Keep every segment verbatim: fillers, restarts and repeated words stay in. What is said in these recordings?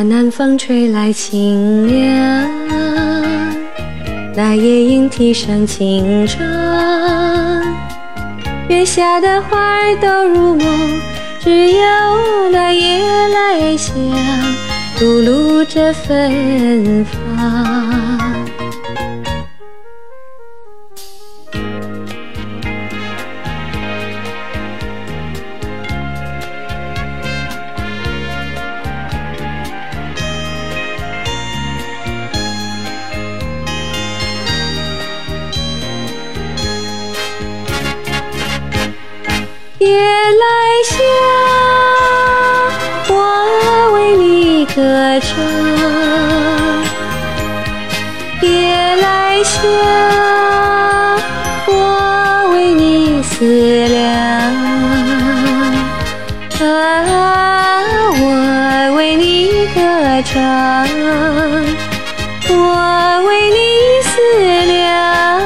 那南风吹来清凉，那夜莺啼声轻唱，月下的花儿都入梦，只有那夜来香吐露着芬芳。夜来香，我为你歌唱。夜来香，我为你思量。啊，我为你歌唱，我为你思量。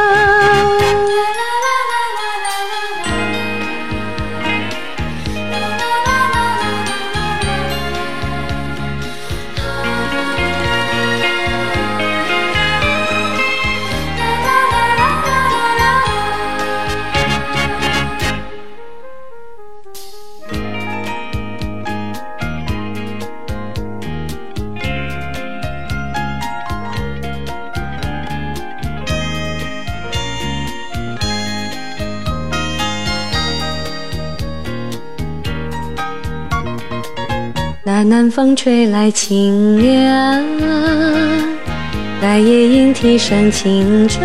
那南风吹来清凉，那夜莺啼声轻唱，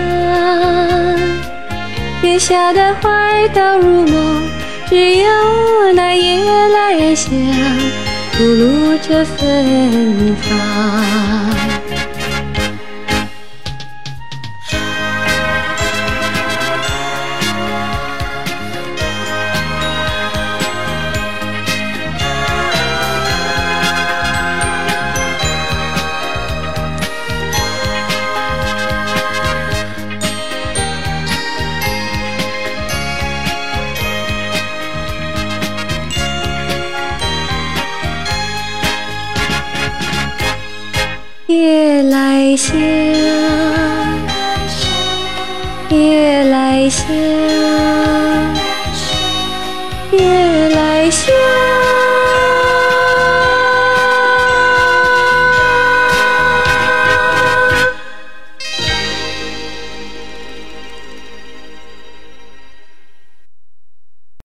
月下的花儿都入梦，只有那夜来香吐露着芬芳。夜来香，夜来香，夜来香。